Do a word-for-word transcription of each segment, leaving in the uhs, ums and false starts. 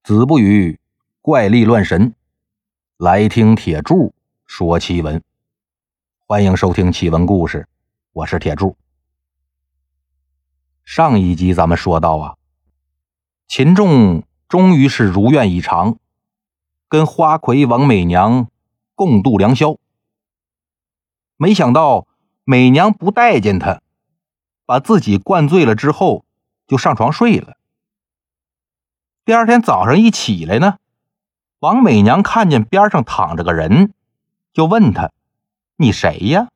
子不语怪力乱神，来听铁柱说奇闻。欢迎收听奇闻故事，我是铁柱。上一集咱们说到啊，秦仲终于是如愿以偿，跟花魁王美娘共度良宵。没想到美娘不待见他，把自己灌醉了之后就上床睡了。第二天早上一起来呢，王美娘看见边上躺着个人，就问他：你谁呀？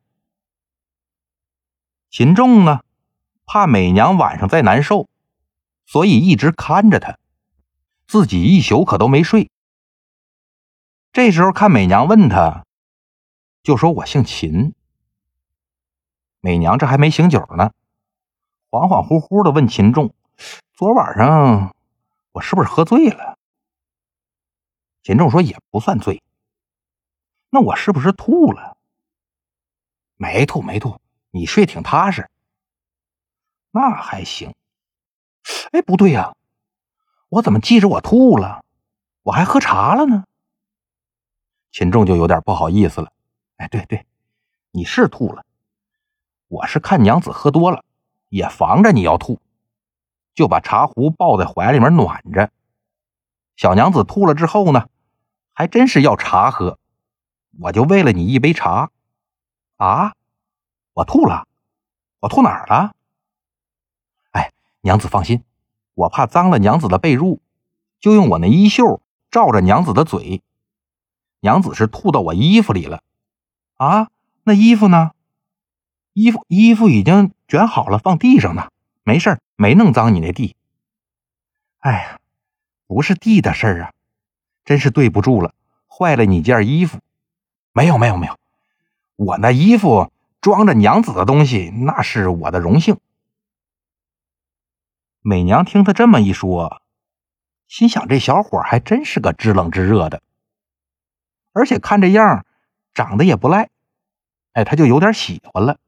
秦仲呢，怕美娘晚上再难受，所以一直看着她，自己一宿可都没睡。这时候看美娘问他，就说我姓秦。美娘这还没醒酒呢，恍恍惚惚地问秦仲，昨晚上我是不是喝醉了？秦仲说也不算醉。那我是不是吐了？没吐没吐，你睡挺踏实。那还行。哎，不对呀，我怎么记着我吐了，我还喝茶了呢？秦仲就有点不好意思了。哎，对对，你是吐了，我是看娘子喝多了，也防着你要吐，就把茶壶抱在怀里面暖着。小娘子吐了之后呢，还真是要茶喝，我就喂了你一杯茶。啊，我吐了？我吐哪儿了？哎，娘子放心，我怕脏了娘子的被褥，就用我那衣袖罩着娘子的嘴。娘子是吐到我衣服里了。啊，那衣服呢？衣服衣服已经卷好了放地上呢，没事，没弄脏你那地。哎呀，不是地的事儿啊，真是对不住了，坏了你件衣服。没有没有没有，我那衣服装着娘子的东西，那是我的荣幸。美娘听他这么一说，心想这小伙还真是个知冷知热的，而且看这样长得也不赖，哎，他就有点喜欢了。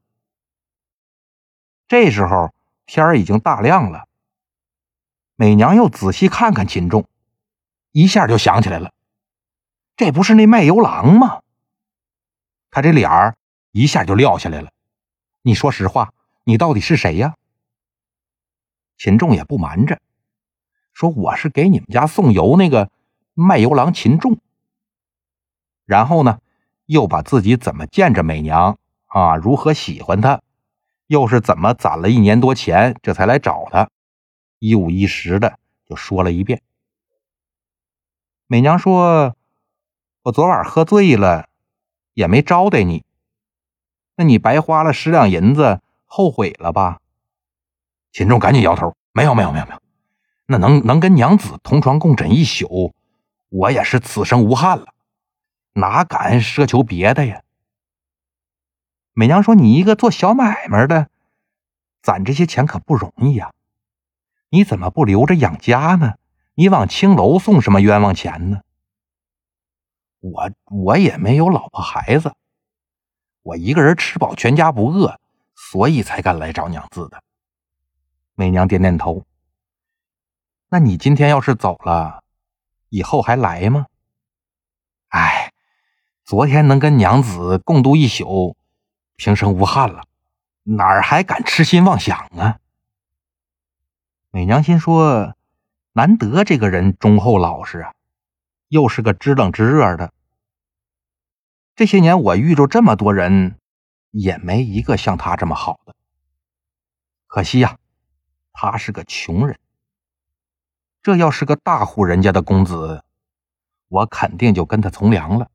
这时候天儿已经大亮了，美娘又仔细看看秦仲，一下就想起来了，这不是那卖油郎吗？他这脸儿一下就撂下来了。你说实话，你到底是谁呀？秦仲也不瞒着，说我是给你们家送油那个卖油郎秦仲。然后呢，又把自己怎么见着美娘啊，如何喜欢她，又是怎么攒了一年多钱这才来找她，一五一十的就说了一遍。美娘说，我昨晚喝醉了，也没招待你，那你白花了十两银子，后悔了吧？秦仲赶紧摇头，没有没有没有没有，那能能跟娘子同床共枕一宿，我也是此生无憾了，哪敢奢求别的呀？美娘说，你一个做小买卖的，攒这些钱可不容易呀，你怎么不留着养家呢？你往青楼送什么冤枉钱呢？我我也没有老婆孩子，我一个人吃饱全家不饿，所以才敢来找娘子的。美娘点点头。那你今天要是走了，以后还来吗？哎，昨天能跟娘子共度一宿，平生无憾了，哪儿还敢痴心妄想啊？美娘心说，难得这个人忠厚老实啊，又是个知冷知热的。这些年我遇着这么多人，也没一个像他这么好的。可惜呀，他是个穷人。这要是个大户人家的公子，我肯定就跟他从良了。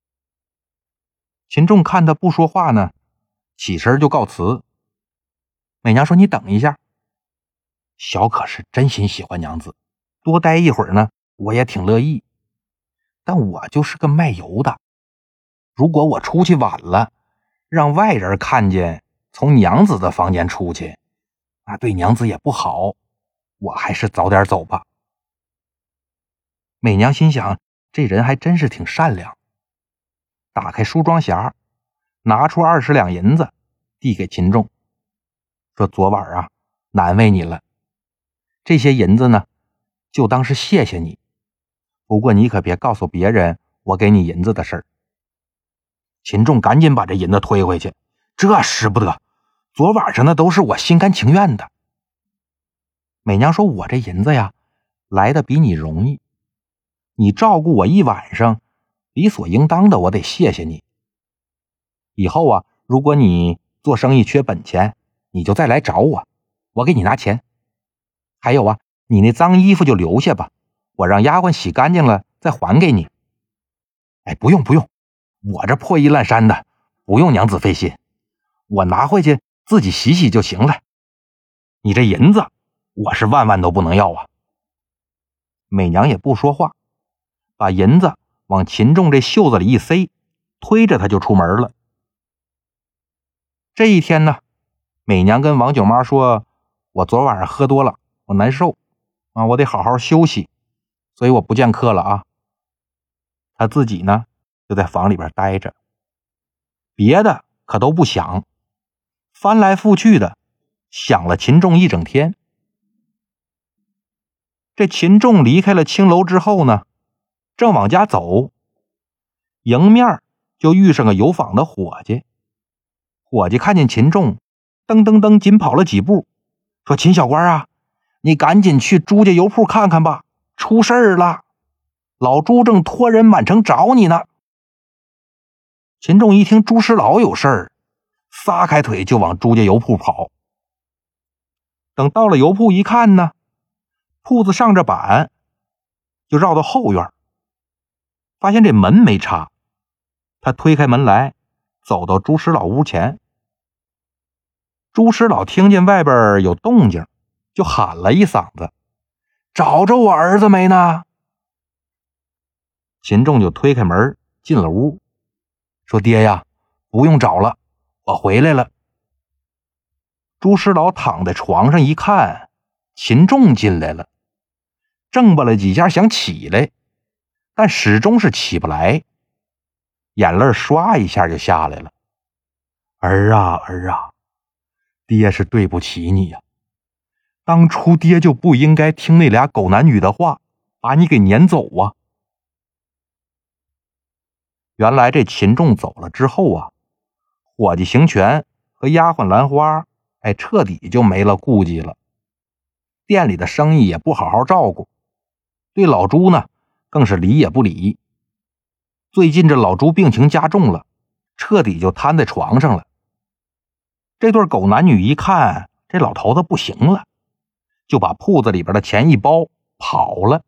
秦仲看他不说话呢，起身就告辞。美娘说，你等一下，小可是真心喜欢娘子，多待一会儿呢，我也挺乐意。但我就是个卖油的，如果我出去晚了，让外人看见从娘子的房间出去，那对娘子也不好，我还是早点走吧。美娘心想，这人还真是挺善良，打开梳妆匣，拿出二十两银子递给秦仲，说昨晚啊难为你了，这些银子呢就当是谢谢你， 不过你可别告诉别人我给你银子的事儿。”秦仲赶紧把这银子推回去：“这使不得，昨晚上那都是我心甘情愿的。”美娘说：“我这银子呀，来的比你容易，你照顾我一晚上，理所应当的，我得谢谢你。以后啊，如果你做生意缺本钱，你就再来找我，我给你拿钱。还有啊，你那脏衣服就留下吧，我让丫鬟洗干净了再还给你。”“哎，不用不用，我这破衣烂衫的，不用娘子费心，我拿回去自己洗洗就行了。你这银子我是万万都不能要啊。”美娘也不说话，把银子往秦仲这袖子里一塞，推着他就出门了。这一天呢，美娘跟王九妈说：“我昨晚上喝多了，我难受啊，我得好好休息，所以我不见客了啊。”她自己呢就在房里边待着，别的可都不想，翻来覆去的想了秦仲一整天。这秦仲离开了青楼之后呢，正往家走，迎面就遇上个有坊的伙计。伙计看见秦仲，噔噔噔紧跑了几步，说：“秦小官啊，你赶紧去朱家油铺看看吧，出事儿了，老朱正托人满城找你呢。”秦仲一听朱师老有事儿，撒开腿就往朱家油铺跑。等到了油铺一看呢，铺子上着板，就绕到后院，发现这门没插。他推开门来，走到朱师老屋前。朱师老听见外边有动静，就喊了一嗓子：“找着我儿子没呢？”秦仲就推开门进了屋，说：“爹呀，不用找了，我回来了。”朱师老躺在床上一看，秦仲进来了，挣吧了几下想起来，但始终是起不来，眼泪刷一下就下来了。“儿啊儿啊，爹是对不起你呀，当初爹就不应该听那俩狗男女的话，把你给撵走啊。”原来这秦仲走了之后啊，伙计邢全和丫鬟兰花哎，彻底就没了顾忌了，店里的生意也不好好照顾，对老朱呢更是理也不理。最近这老朱病情加重了，彻底就瘫在床上了。这对狗男女一看这老头子不行了，就把铺子里边的钱一包跑了。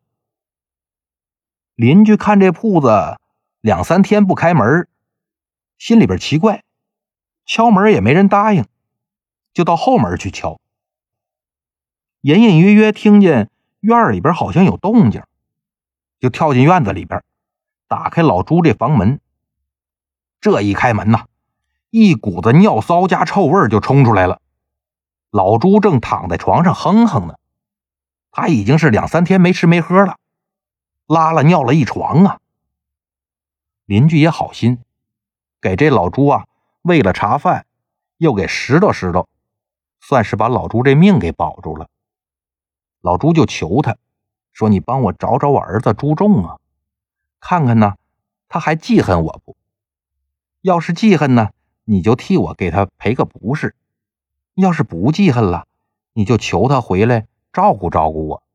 邻居看这铺子两三天不开门，心里边奇怪，敲门也没人答应，就到后门去敲。隐隐约约听见院里边好像有动静，就跳进院子里边，打开老朱这房门。这一开门呐，一股子尿骚加臭味就冲出来了。老朱正躺在床上哼哼呢，他已经是两三天没吃没喝了，拉了尿了一床啊。邻居也好心，给这老朱啊喂了茶饭，又给拾掇拾掇，算是把老朱这命给保住了。老朱就求他说：“你帮我找找我儿子朱仲啊，看看呢他还记恨我不？要是记恨呢，你就替我给他赔个不是；要是不记恨了，你就求他回来照顾照顾我。”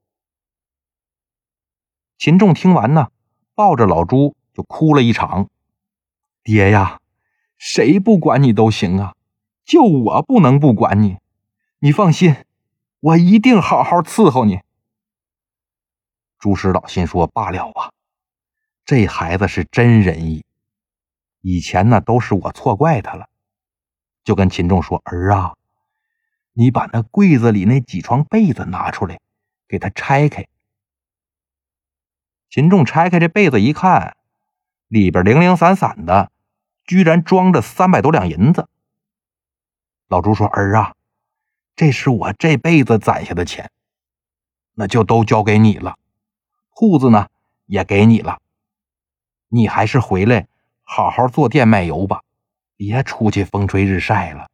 秦仲听完呢，抱着老朱就哭了一场：“爹呀，谁不管你都行啊，就我不能不管你。你放心，我一定好好伺候你。”朱师老心说：“罢了啊，这孩子是真仁义，以前呢都是我错怪他了。”就跟秦仲说：“儿啊，你把那柜子里那几床被子拿出来，给他拆开。”秦仲拆开这被子一看，里边零零散散的，居然装着三百多两银子。老朱说：“儿啊，这是我这辈子攒下的钱，那就都交给你了，铺子呢也给你了，你还是回来好好做店卖油吧，别出去风吹日晒了。”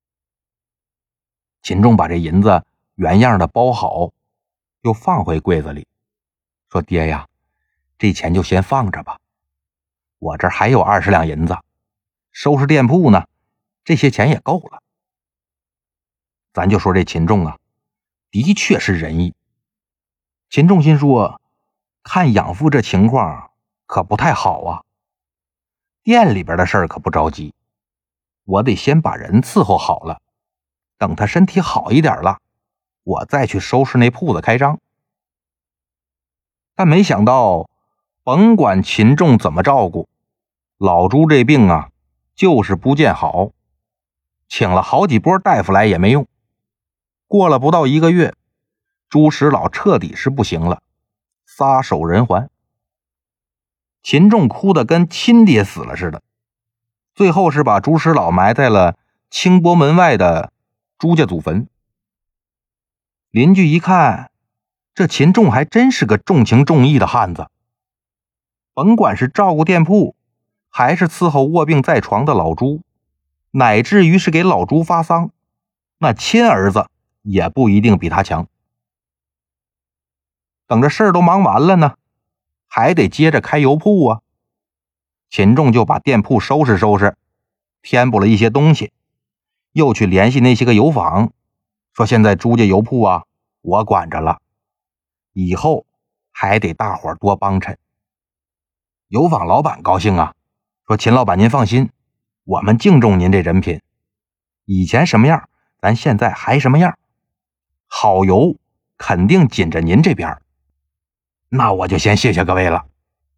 秦仲把这银子原样的包好，又放回柜子里，说：“爹呀， 这钱就先放着吧，我这儿还有二十两银子，收拾店铺呢，这些钱也够了。咱就说这秦仲啊，的确是仁义。秦仲心说，看养父这情况可不太好啊，店里边的事儿可不着急，我得先把人伺候好了，等他身体好一点了，我再去收拾那铺子开张。但没想到，甭管秦仲怎么照顾，老朱这病啊就是不见好，请了好几波大夫来也没用。过了不到一个月，朱石老彻底是不行了，撒手人寰。秦仲哭得跟亲爹死了似的，最后是把朱石老埋在了清波门外的朱家祖坟。邻居一看，这秦仲还真是个重情重义的汉子，甭管是照顾店铺，还是伺候卧病在床的老朱，乃至于是给老朱发丧，那亲儿子也不一定比他强。等着事儿都忙完了呢，还得接着开油铺啊。秦仲就把店铺收拾收拾，添补了一些东西，又去联系那些个油坊，说现在朱家油铺啊我管着了，以后还得大伙儿多帮衬。油坊老板高兴啊，说秦老板您放心，我们敬重您这人品，以前什么样咱现在还什么样，好油肯定紧着您这边。那我就先谢谢各位了。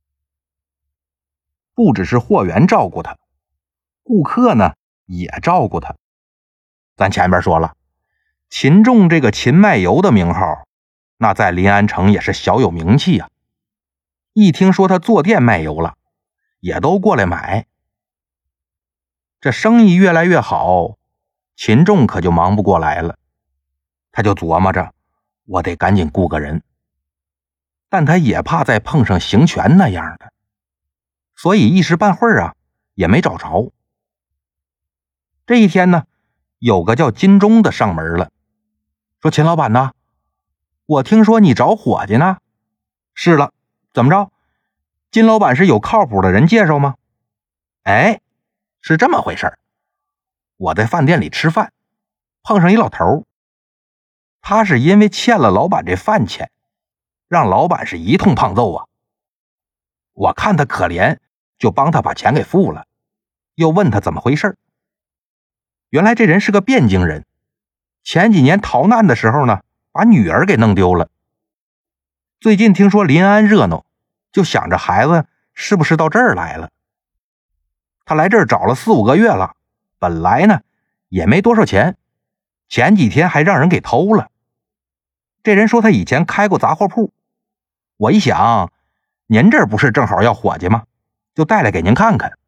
不只是货源照顾他，顾客呢也照顾他。咱前面说了，秦仲这个秦卖油的名号，那在临安城也是小有名气啊。一听说他坐店卖油了，也都过来买。这生意越来越好，秦仲可就忙不过来了。他就琢磨着，我得赶紧雇个人。但他也怕再碰上邢泉那样的，所以一时半会儿啊也没找着。这一天呢，有个叫金钟的上门了，说秦老板呢，我听说你找伙计呢。是了，怎么着？金老板是有靠谱的人介绍吗？哎，是这么回事儿。我在饭店里吃饭，碰上一老头，他是因为欠了老板这饭钱，让老板是一通胖揍啊。我看他可怜，就帮他把钱给付了，又问他怎么回事。原来这人是个汴京人，前几年逃难的时候呢，把女儿给弄丢了。最近听说临安热闹，就想着孩子是不是到这儿来了。他来这儿找了四五个月了，本来呢也没多少钱，前几天还让人给偷了。这人说他以前开过杂货铺，我一想您这儿不是正好要伙计吗，就带来给您看看。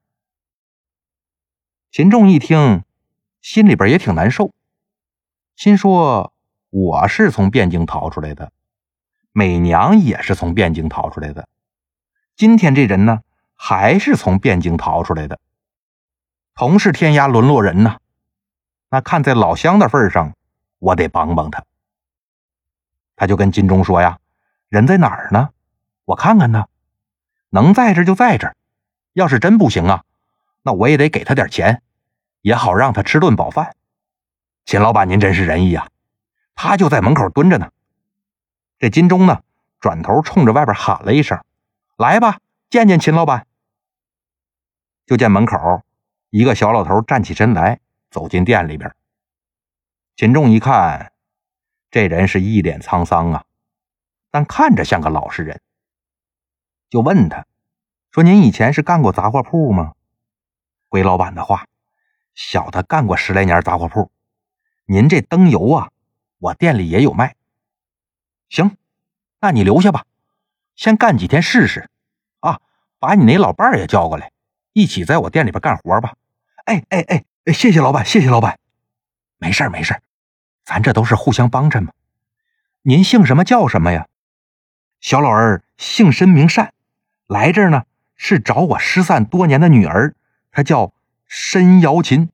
秦仲一听，心里边也挺难受，心说我是从汴京逃出来的，美娘也是从汴京逃出来的，今天这人呢还是从汴京逃出来的，同是天涯沦落人呐。那看在老乡的份上，我得帮帮他。他就跟金钟说呀，人在哪儿呢？我看看他，能在这就在这儿，要是真不行啊，那我也得给他点钱，也好让他吃顿饱饭。秦老板您真是仁义啊，他就在门口蹲着呢。这金钟呢转头冲着外边喊了一声，来吧，见见秦老板。就见门口一个小老头站起身来，走进店里边。秦仲一看，这人是一脸沧桑啊，但看着像个老实人，就问他说，您以前是干过杂货铺吗？回老板的话，小的干过十来年杂货铺，您这灯油啊我店里也有卖。行，那你留下吧，先干几天试试啊，把你那老伴儿也叫过来，一起在我店里边干活吧。哎哎哎，谢谢老板，谢谢老板。没事没事，咱这都是互相帮衬嘛。您姓什么叫什么呀？小老儿姓申名善，来这儿呢是找我失散多年的女儿，她叫申瑶琴。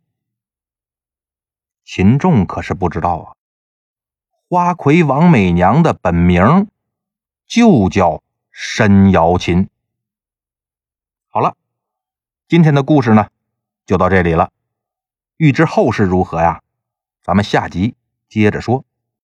秦仲可是不知道啊，花魁王美娘的本名就叫申瑶琴。好了，今天的故事呢就到这里了，欲知后事如何呀，咱们下集接着说。